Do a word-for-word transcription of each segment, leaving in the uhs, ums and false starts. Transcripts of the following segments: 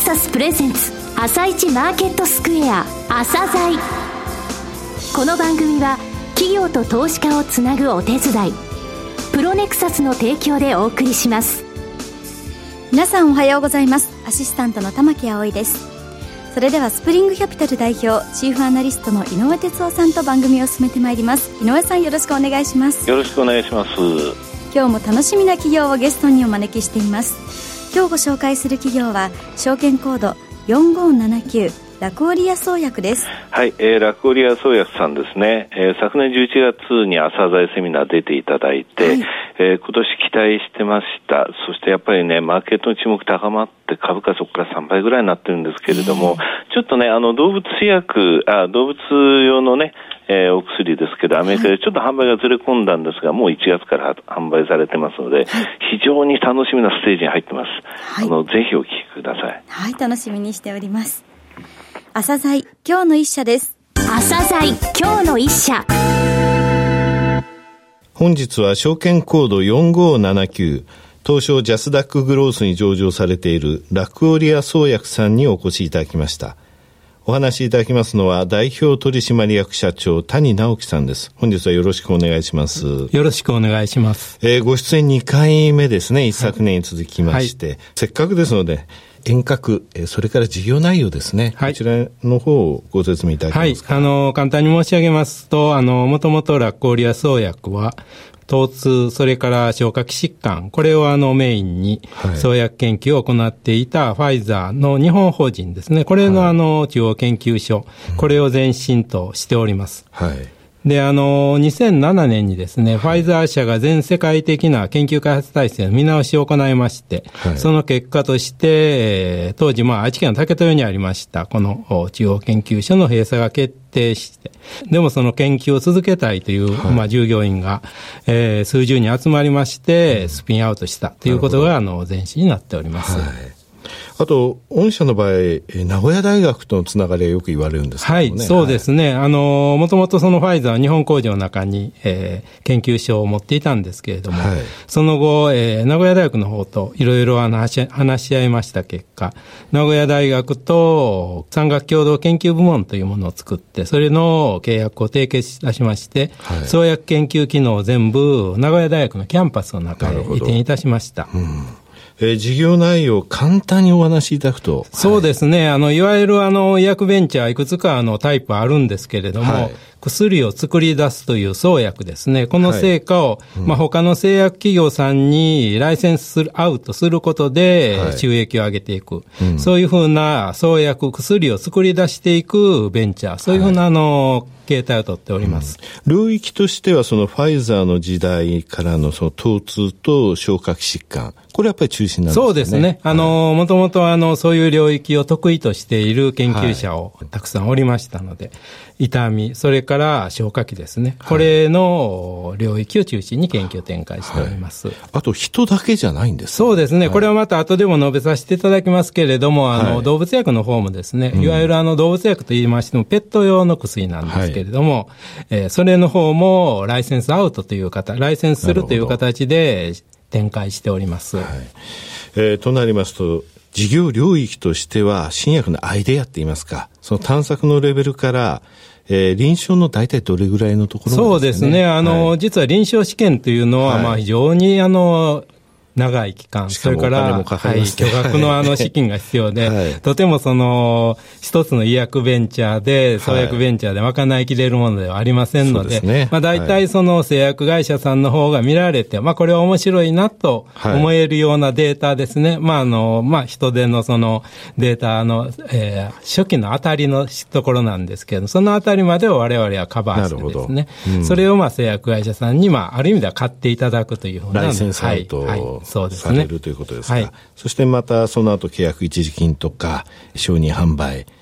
サスプレゼンツ朝一マーケットスクエア朝鮮。この番組は企業と投資家をつなぐお手伝いプロネクサスの提供でお送りします。 皆さんおはようございます。アシスタントの玉木葵です。それではスプリングキャピタル代表チーフアナリストの井上哲夫さんと番組を進めてまいります。井上さん、よろしくお願いします。 よろしくお願いします。 今日も楽しみな企業をゲストにお招きしています。今日ご紹介する企業は証券コードよんごーななきゅうラクオリア創薬です。 はい、えー、ラクオリア創薬さんですね、えー、昨年じゅういちがつに朝鮮セミナー出ていただいて、はい、えー、今年期待してました。そしてやっぱりね、マーケットの注目高まって株価そこからさんばいぐらいになってるんですけれども、ちょっとね、あの動物薬あ動物用のね、えー、お薬ですけどアメリカでちょっと販売がずれ込んだんですが、もういちがつから販売されてますので、はい、非常に楽しみなステージに入ってます。はい、あのぜひお聞きください。 はい、楽しみにしております。朝鮮今日の一社です。 朝鮮今日の一社。 本日は証券コードよんごーななきゅう東証ジャスダックグロースに上場されているラクオリア創薬さんにお越しいただきました。お話しいただきますのは代表取締役社長谷直樹さんです。本日はよろしくお願いします。 よろしくお願いします。 えー、ご出演にかいめですね。一昨年に続きまして、はい、せっかくですので遠隔、それから事業内容ですね、はい、こちらの方をご説明いただけますか。 はい、あの簡単に申し上げますと、あのもともとラクオリア創薬は疼痛、それから消化器疾患、これをあのメインに創薬研究を行っていたファイザーの日本法人ですね、これのあの中央研究所、これを前身としております。はい。で、あの、にせんななねんにですね、ファイザー社が全世界的な研究開発体制の見直しを行いまして、はい、その結果として、えー、当時、まあ、愛知県の竹豊にありました、この中央研究所の閉鎖が決定して、でもその研究を続けたいという、はい、まあ、従業員が、えー、数十人集まりまして、スピンアウトしたということが、あの、前身になっております。はい。 あと、御社の場合、名古屋大学とのつながりはよく言われるんですけどね。 はい、そうですね。はい、あの、もともとそのファイザーは日本工場の中に、えー、研究所を持っていたんですけれども、はい、その後、えー、名古屋大学の方といろいろ話し合いました結果、名古屋大学と産学共同研究部門というものを作って、それの契約を締結いたしまして、はい、創薬研究機能を全部名古屋大学のキャンパスの中へ移転いたしました。 えー、事業内容を簡単にお話しいただくと。 そうですね。はい、あの、いわゆるあの、医薬ベンチャーいくつかあのタイプあるんですけれども、はい、薬を作り出すという創薬ですね。この成果を、はい、うん、まあ、他の製薬企業さんにライセンスする、アウトすることで収益を上げていく。はい、そういうふうな創薬、薬を作り出していくベンチャー、そういうふうなあの、形態をとっております。 うん、領域としてはそのファイザーの時代からのその疼痛と消化器疾患、これやっぱり中心なんですかね。 そうですね。あの、もともとあの、そういう領域を得意としている研究者をたくさんおりましたので、はい、痛み、それから消化器ですね。これの領域を中心に研究を展開しております。はい、 あと人だけじゃないんですか。 そうですね。はい、これはまた後でも述べさせていただきますけれども、あの、はい、動物薬の方もですね、いわゆるあの動物薬と言いましてもペット用の薬なんですけれども、はい、えー、それの方もライセンスアウトという方、ライセンスするという形で展開しております。はい、 えー、となりますと、事業領域としては新薬のアイデアって言いますか、その探索のレベルから、えー、臨床の大体どれぐらいのところなんですかね。 そうですね。あの、はい、実は臨床試験というのは、はい、まあ非常にあの、長い期間、それから、はい、巨額のあの資金が必要で、はい、とてもその、一つの医薬ベンチャーで、創薬ベンチャーで賄いきれるものではありませんので、はい、ね、まあ大体その製薬会社さんの方が見られて、まあこれは面白いなと思えるようなデータですね。はい、まああの、まあ人手のそのデータの、えー、初期のあたりのところなんですけど、そのあたりまでを我々はカバーしてですね、うん、それをまあ製薬会社さんにまあある意味では買っていただくというふうな、 ライセンスアウト、はい、はいそうですね、されるということですか。はい、そしてまたその後契約一時金とか承認販売、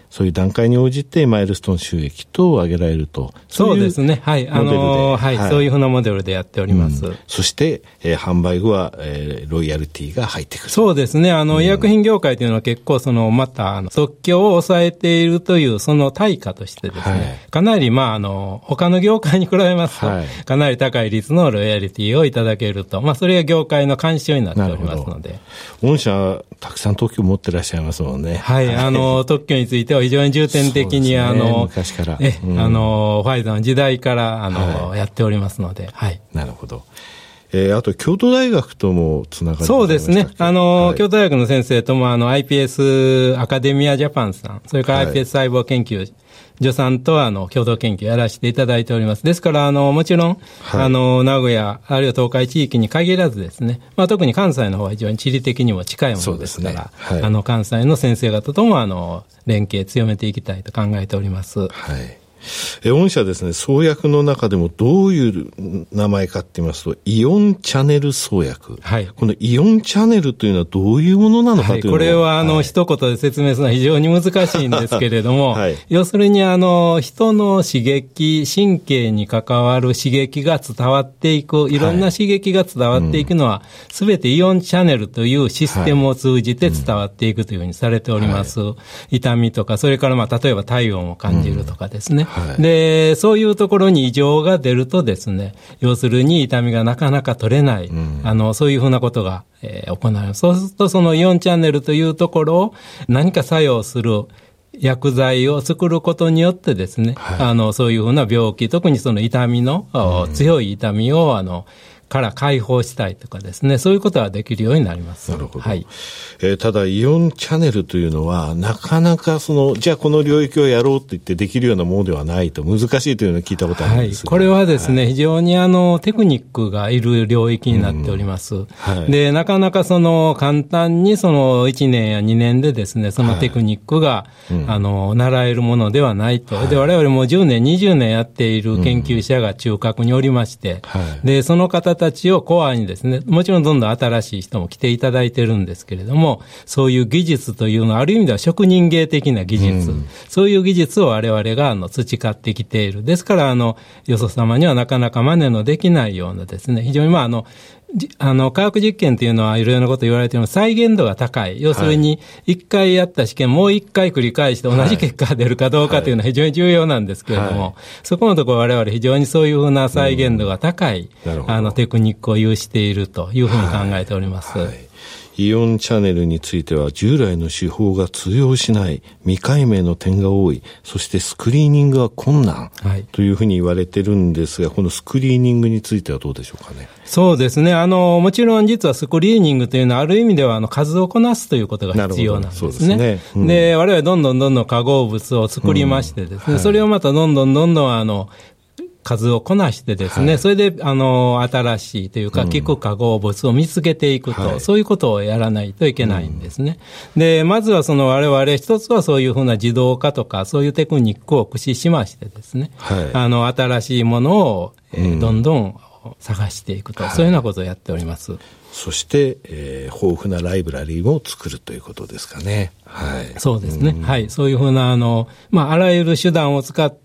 そういう段階に応じてマイルストーン収益等を上げられると。 そうですね。はい。あのー、はい、はい。そういうふうなモデルでやっております。うん、 そして、えー、販売後は、えー、ロイヤルティが入ってくる。 そうですね。あの、うん、医薬品業界というのは結構その、また、あの、即興を抑えているという、その対価としてですね、はい、かなり、まあ、あの、他の業界に比べますと、はい、かなり高い率のロイヤリティをいただけると。まあ、それが業界の慣習になっておりますので。 御社、たくさん特許を持ってらっしゃいますもんね。 はい。あの、特許については非常に重点的に、ね、あの、 昔から。 え、うん、あの、ファイザーの時代から、あの、はい、やっておりますので、はい。 なるほど。えー、あと、京都大学ともつながりましたっけ？ そうですね。あの、はい、京都大学の先生とも、あの、アイピーエス アカデミアジャパンさん、それから アイピーエス 細胞研究所さんとは、あの、共同研究やらせていただいております。ですから、あの、もちろん、はい、あの、名古屋、あるいは東海地域に限らずですね、まあ、特に関西の方は非常に地理的にも近いものですから、ねはい、あの、関西の先生方とも、あの、連携強めていきたいと考えております。 はい。え御社ですね、創薬の中でもどういう名前かって言いますと、イオンチャネル創薬。はい。このイオンチャネルというのはどういうものなのかというのを、はい、 これはあの、はい、一言で説明するのは非常に難しいんですけれども、はい、要するにあの、人の刺激、神経に関わる刺激が伝わっていく、いろんな刺激が伝わっていくのは、すべ、はい、てイオンチャネルというシステムを通じて伝わっていくというふうにされております。はい、痛みとか、それからまあ、例えば体温を感じるとかですね。うんはい、で、そういうところに異常が出るとですね、要するに痛みがなかなか取れない、うん、あの、そういうふうなことが、えー、行われる。そうすると、そのイオンチャンネルというところを何か作用する薬剤を作ることによってですね、はい、あの、そういうふうな病気、特にその痛みの、うん、強い痛みを、あの、から解放したいとかですね、そういうことができるようになります。 なるほど。 はい。 えー、ただ、イオンチャネルというのは、なかなかその、じゃあこの領域をやろうって言ってできるようなものではないと、難しいというのを聞いたことあるんですが。 はい。これはですね、はい、非常にあの、テクニックがいる領域になっております。うんはい、で、なかなかその、簡単にその、いちねんやにねんでですね、そのテクニックが、はいうん、あの、習えるものではないと。はい、で、我々もじゅうねん、にじゅうねんやっている研究者が中核におりまして、はい、で、その方たちをコアにですね、もちろんどんどん新しい人も来ていただいてるんですけれども、そういう技術というのはある意味では職人芸的な技術、うん、そういう技術を我々があの培ってきている。ですからあのよそ様にはなかなか真似のできないようなですね、非常にまああのあの科学実験というのはいろいろなこと言われているの再現度が高い。要するに一回やった試験もう一回繰り返して同じ結果が出るかどうかというのは非常に重要なんですけれども、はい、そこのところ我々非常にそういうふうな再現度が高い、うん、あのテクニックを有しているというふうに考えております。はいはい、 イオンチャネルについては従来の手法が通用しない、未解明の点が多い、そしてスクリーニングが困難、はい、というふうに言われてるんですが、このスクリーニングについてはどうでしょうかね。 そうですね。あの、もちろん実はスクリーニングというのはある意味ではあの数をこなすということが必要なんですね。そうですね。うん、で、我々どんどんどんどん化合物を作りましてですね、うんはい、それをまたどんどんどんどんあの、数をこなしてですね、はい、それで、あの、新しいというか、効く化合物を見つけていくと、うん、そういうことをやらないといけないんですね。うん、で、まずはその我々一つはそういうふうな自動化とか、そういうテクニックを駆使しましてですね、はい、あの、新しいものを、えーうん、どんどん探していくと、はい、そういうようなことをやっております。 そして、えー、豊富なライブラリーを作るということですかね。はい。 そうですね。うん、はい。そういうふうな、あの、まあ、あらゆる手段を使って、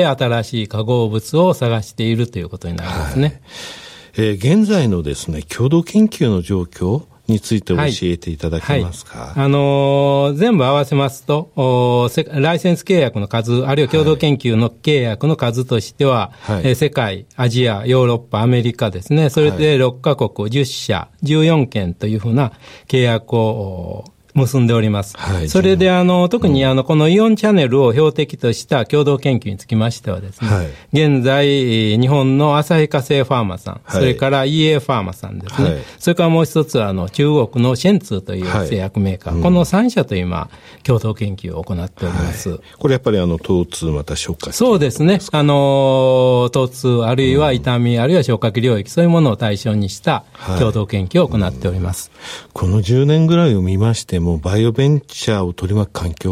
新しい化合物を探しているということになりますね。はい、 えー、現在のですね、共同研究の状況について教えていただけますか。はいはい、 あのー、全部合わせますと、ライセンス契約の数、あるいは共同研究の契約の数としては、はいえー、世界、アジア、ヨーロッパ、アメリカですね、それでろっカ国、じゅっしゃ、じゅうよんけんというふうな契約を結んでおります。はい、それで、あの、特に、あの、このイオンチャネルを標的とした共同研究につきましてはですね、はい、現在、日本の旭化成ファーマさん、はい、それから イーエー ファーマさんですね、はい、それからもう一つは、あの、中国のシェンツーという製薬メーカー、はい、このさんしゃと今、共同研究を行っております。はい、 これやっぱり、あの、疼痛また消化器。 そうですね。あの、疼痛、あるいは痛み、うん、あるいは消化器領域、そういうものを対象にした共同研究を行っております。 はいうん、このじゅうねんぐらいを見ましても、バイオベンチャーを取り巻く環境、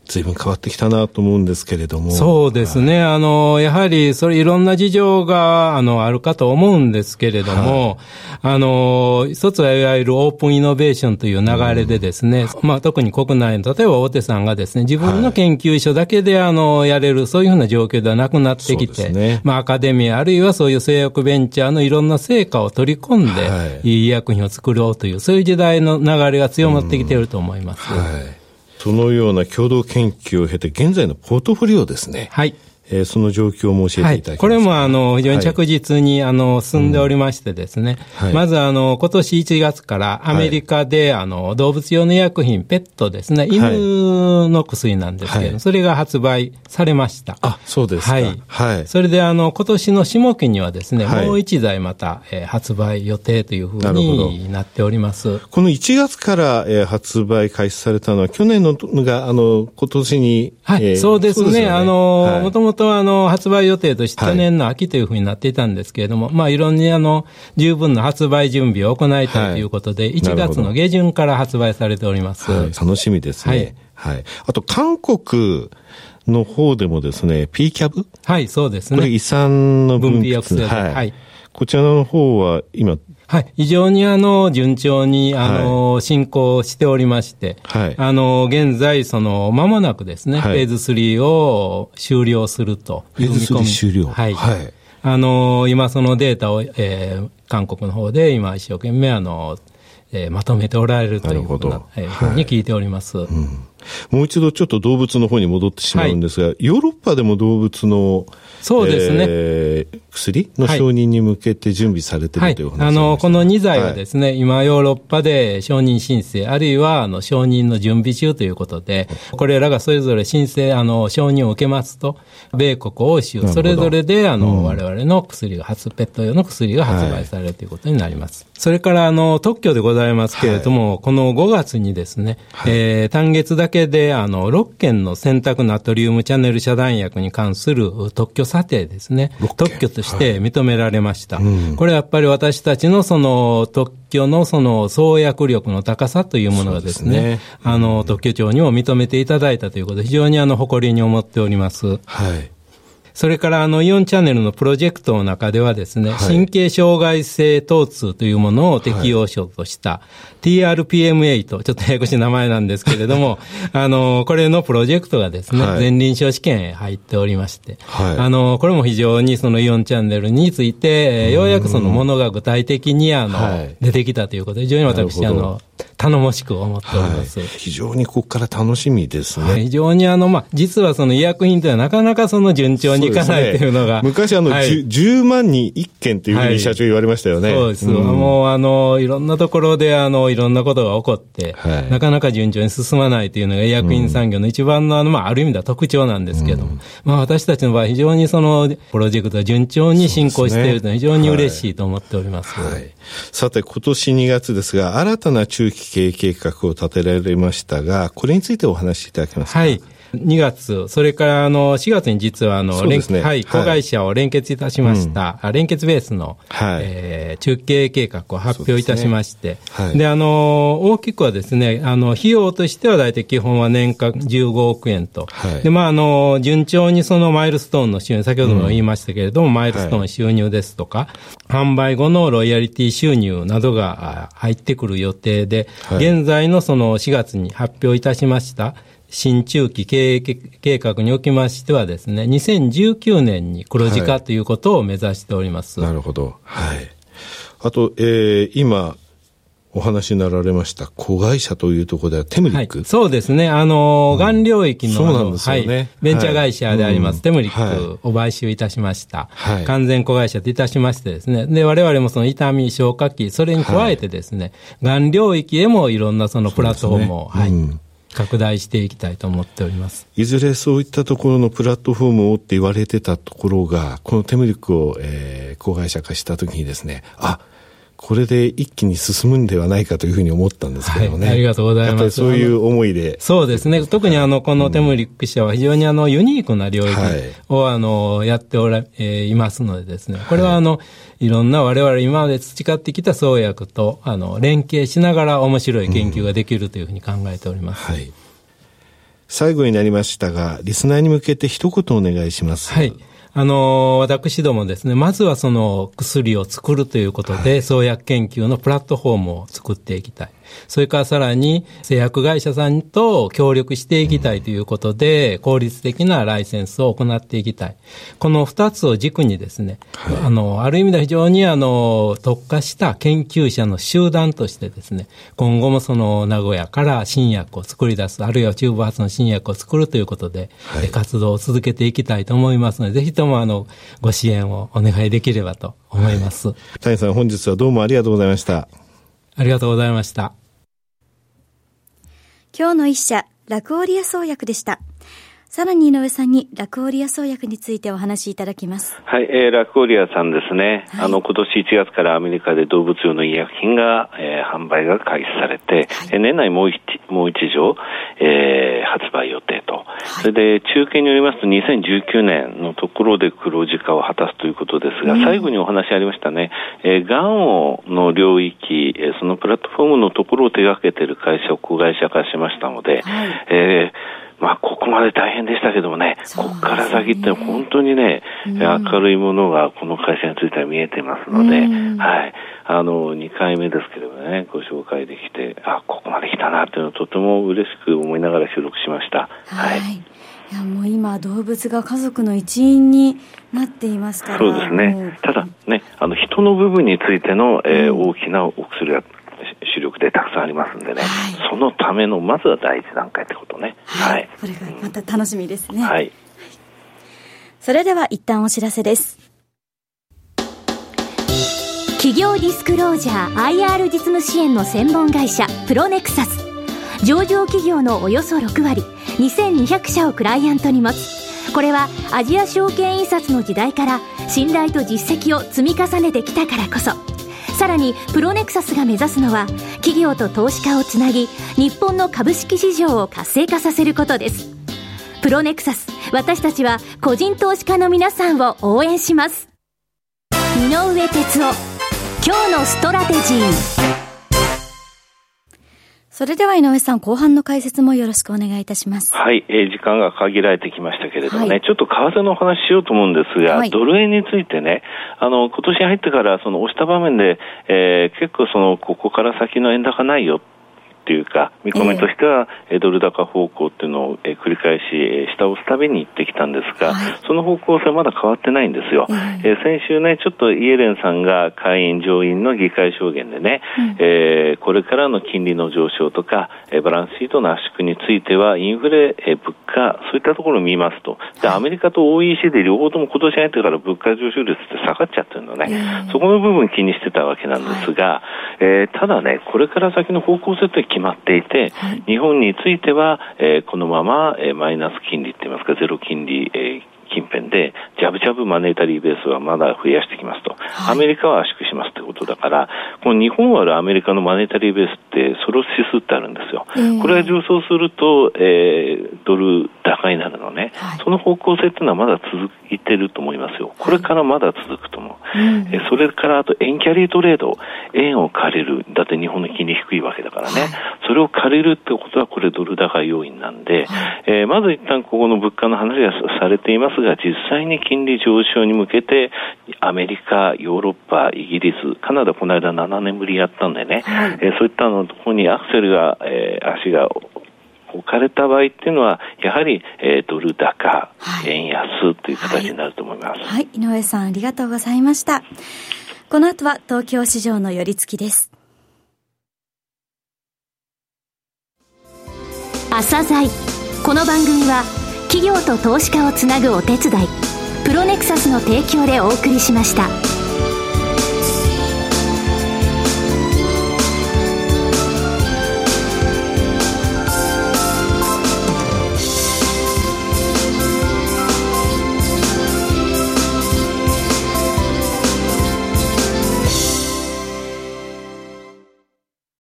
随分変わってきたなと思うんですけれども。 そうですね。はい、あの、やはり、それいろんな事情が、あの、あるかと思うんですけれども、はい、あの、一つはいわゆるオープンイノベーションという流れでですね、うん、まあ、特に国内の、例えば大手さんがですね、自分の研究所だけで、あの、やれる、そういうふうな状況ではなくなってきて、ね、まあ、アカデミア、あるいはそういう製薬ベンチャーのいろんな成果を取り込んで、はい、いい医薬品を作ろうという、そういう時代の流れが強まってきていると思います。うん、はい、 そのような共同研究を経て、現在のポートフォリオですね。 はい。 えー、その状況も教えていただけますか。はい。 これも、あの、非常に着実に、はい、あの、進んでおりましてですね。うん、はい、まず、あの、今年いちがつからアメリカで、はい、あの、動物用の医薬品、ペットですね、犬の薬なんですけど、はい、それが発売されました。 あ、そうですか。 はい。はい。それで、あの、今年の下期にはですね、はい、もう一台また、えー、発売予定というふうになっております。 このいちがつから、えー、発売開始されたのは、去年のが、あの、今年に、 はい、えー、そうですね。そうですよね。あの、はい、もともと、あの、発売予定として去年の秋というふうになっていたんですけれども、はい、まあいろんなあの十分な発売準備を行いたいということで、はい、いちがつの下旬から発売されております。 はい、楽しみですね。はい。はい。あと韓国の方でもですね、ピーキャブ？ はい、そうですね。 これ胃酸の分泌。分泌抑制で、はい。はい。こちらの方は今、 はい。非常にあの、順調に、あの、はい、進行しておりまして、はい。あの、現在、その、間もなくですね、はい、フェーズスリーを終了するという見込み。 フェーズスリー終了。 はい。はい。あの、今そのデータを、えー、韓国の方で今一生懸命あの、えー、まとめておられるというふうな、えー、ふうに聞いております、はい。うん。 もう一度ちょっと動物の方に戻ってしまうんですが、はい、ヨーロッパでも動物の、 そうですね。 えー、薬の承認に向けて準備されている、はい、というお話です、ね。 あの、このに剤はですね、はい、今ヨーロッパで承認申請、あるいはあの承認の準備中ということで、これらがそれぞれ申請、あの、承認を受けますと、米国、欧州、それぞれであの、うん、我々の薬が発、ペット用の薬が発売されるということになります。はい、それからあの、特許でございますけれども、はい、このごがつにですね、はい、えー、単月だけであの、ろっけんの選択ナトリウムチャネル遮断薬に関する特許査定ですね。特許として認められました。はい、うん、これはやっぱり私たちのその特許のその創薬力の高さというものがですね、ですね、あの、特許庁にも認めていただいたということで、非常にあの、誇りに思っております。はい。それからあのイオンチャンネルのプロジェクトの中ではですね、はい、神経障害性疼痛というものを適用症とした、はい、ティーアールピーエムエイト、ちょっとややこしい名前なんですけれども、あの、これのプロジェクトがですね、はい、前臨床試験へ入っておりまして、はい、あの、これも非常にそのイオンチャンネルについて、ようやくそのものが具体的にあの、はい、出てきたということで、非常に私、あの、頼もしく思っております。はい、 非常にここから楽しみですね。はい、 非常にあの、まあ、実はその医薬品というのはなかなかその順調にいかないというのが。 ね、昔あの、はい、じゅうまんにいっけんというふうに社長言われましたよね。はい、 そうです、うん。もうあの、いろんなところであの、いろんなことが起こって、はい、なかなか順調に進まないというのが医薬品産業の一番のあの、まあ、ある意味では特徴なんですけども、うん、まあ、私たちの場合非常にその、プロジェクトが順調に進行しているというのは非常に嬉しいと思っております。はいはい、 さて、今年にがつですが、新たな中期経営計画を立てられましたが、これについてお話しいただけますか。 はい。にがつ、それからあのしがつに実はあの、ね、はい、子会社を連結いたしました、はい、連結ベースの、はい、えー、中期経営計画を発表いたしまして、で、ね、はい、であの大きくはですね、あの費用としては大体基本は年間じゅうごおくえんと、はい、でまああの順調にそのマイルストーンの収入、先ほども言いましたけれども、うん、マイルストーン収入ですとか、はい、販売後のロイヤリティ収入などが入ってくる予定で、はい、現在のそのしがつに発表いたしました新中期経営計画におきましてはですね、にせんじゅうきゅうねんに黒字化ということを目指しております。 はい、なるほど。はい。あと、えー、今、お話になられました子会社というところではテムリック、はい、 そうですね。あの、が、うん、領域の、 そうなんですよね、 はい、ベンチャー会社であります、はい、テムリックを買収いたしました、はい、完全子会社といたしましてですね、で我々もその痛み消化器、それに加えてですね、が、はい、領域へもいろんなそのプラットフォームを、はい、うん、拡大していきたいと思っております。 いずれそういったところのプラットフォームをって言われてたところが、このテムリックを、えー、子会社化したときにですね、あ、これで一気に進むんではないかというふうに思ったんですけどね。 はい、ありがとうございます。やっぱりそういう思いで。 そうですね。特にあの、このテムリック社は非常にあの、ユニークな領域をあの、やっておら、えー、いますのでですね。これはあの、いろんな我々今まで培ってきた創薬と、あの、連携しながら面白い研究ができるというふうに考えております。うん、はい。 最後になりましたが、リスナーに向けて一言お願いします。 はい。あの、私どもですね、まずはその薬を作るということで、はい、創薬研究のプラットフォームを作っていきたい。それからさらに製薬会社さんと協力していきたいということで、うん、効率的なライセンスを行っていきたい。この二つを軸にですね、はい、あの、ある意味で非常にあの、特化した研究者の集団としてですね、今後もその名古屋から新薬を作り出す、あるいは中部発の新薬を作るということで、はい、活動を続けていきたいと思いますので、ぜひともあの、ご支援をお願いできればと思います。はい、 谷さん、本日はどうもありがとうございました。 ありがとうございました。 今日の一社、ラクオリア創薬でした。さらに井上さんにラクオリア創薬についてお話しいただきます。 はい、えー、ラクオリアさんですね。はい、あの、今年いちがつからアメリカで動物用の医薬品が、えー、販売が開始されて、はい、えー、年内もう一、もう一錠、えー、発売予定と。はい、それで、中継によりますとにせんじゅうきゅうねんのところで黒字化を果たすということですが、うん、最後にお話ありましたね。えー、がんをの領域、えー、そのプラットフォームのところを手掛けている会社を子会社化しましたので、はい、えーまあ、ここまで大変でしたけどもね、ここから先って本当にね、うん、明るいものがこの会社については見えてますので、うん、はい。あの、にかいめですけれどもね、ご紹介できて、あ、ここまで来たなっていうのをとても嬉しく思いながら収録しました。はい。はい、いや、もう今、動物が家族の一員になっていますから。 そうですね。ただね、あの、人の部分についての、えーうん、大きなお薬が、主力でたくさんありますんでね、はい、そのためのまずは第一段階ってことね。 はい。はい、これがまた楽しみですね。 はい。 それでは一旦お知らせです。 企業ディスクロージャー アイアール 実務支援の専門会社プロネクサス。上場企業のおよそろくわり、にせんにひゃくしゃをクライアントに持つ。これはアジア証券印刷の時代から信頼と実績を積み重ねてきたからこそ。さらにプロネクサスが目指すのは企業と投資家をつなぎ日本の株式市場を活性化させることです。プロネクサス、私たちは個人投資家の皆さんを応援します。井上哲夫、今日のストラテジー。 それでは井上さん、後半の解説もよろしくお願いいたします。 はい、えー、時間が限られてきましたけれどもね、はい、ちょっと為替のお話しようと思うんですが、はい、ドル円についてね、あの、今年入ってからその押した場面で、えー、結構その、ここから先の円高ないよっていうか、見込みとしては、えー、ドル高方向っていうのを、えー、繰り返し、えー、下を押すたびに言ってきたんですが、はい、その方向性はまだ変わってないんですよ。えーえー、先週ね、ちょっとイエレンさんが下院上院の議会証言でね、うん、えー、これからの金利の上昇とか、えー、バランスシートの圧縮については、インフレ、えー、物価、そういったところを見ますと。で、アメリカと オーイーシーディー 両方とも今年入ってから物価上昇率って下がっちゃってるのね。えー、そこの部分気にしてたわけなんですが、はい、えー、ただね、これから先の方向性って決まっていて、はい、日本については、えー、このまま、えー、マイナス金利って言いますかゼロ金利、えー、近辺でジャブジャブマネータリーベースはまだ増やしてきますと、はい、アメリカは圧縮しますということだから、この日本割るアメリカのマネータリーベースってソロ指数ってあるんですよ。えー、これが上昇すると、えー、ドル高になるのね、はい、その方向性っていうのはまだ続いてると思いますよ。これからまだ続くと思う。はい、えー、それからあと円キャリートレード、円を借りる、だって日本の金利低いわけだからね、はい、それを借りるってことはこれドル高要因なんで、はい、えー、まず一旦ここの物価の話がされていますが、実際に金利上昇に向けてアメリカ、ヨーロッパ、イギリス、カナダこの間ななねんぶりやったんでね、はい、えー、そういったのところにアクセルが、えー、足が置かれた場合っていうのはやはり、えー、ドル高、はい、円安という形になると思います。 はい、はい、井上さんありがとうございました。この後は東京市場の寄り付きです。 朝鮮。この番組は企業と投資家をつなぐお手伝いプロネクサスの提供でお送りしました。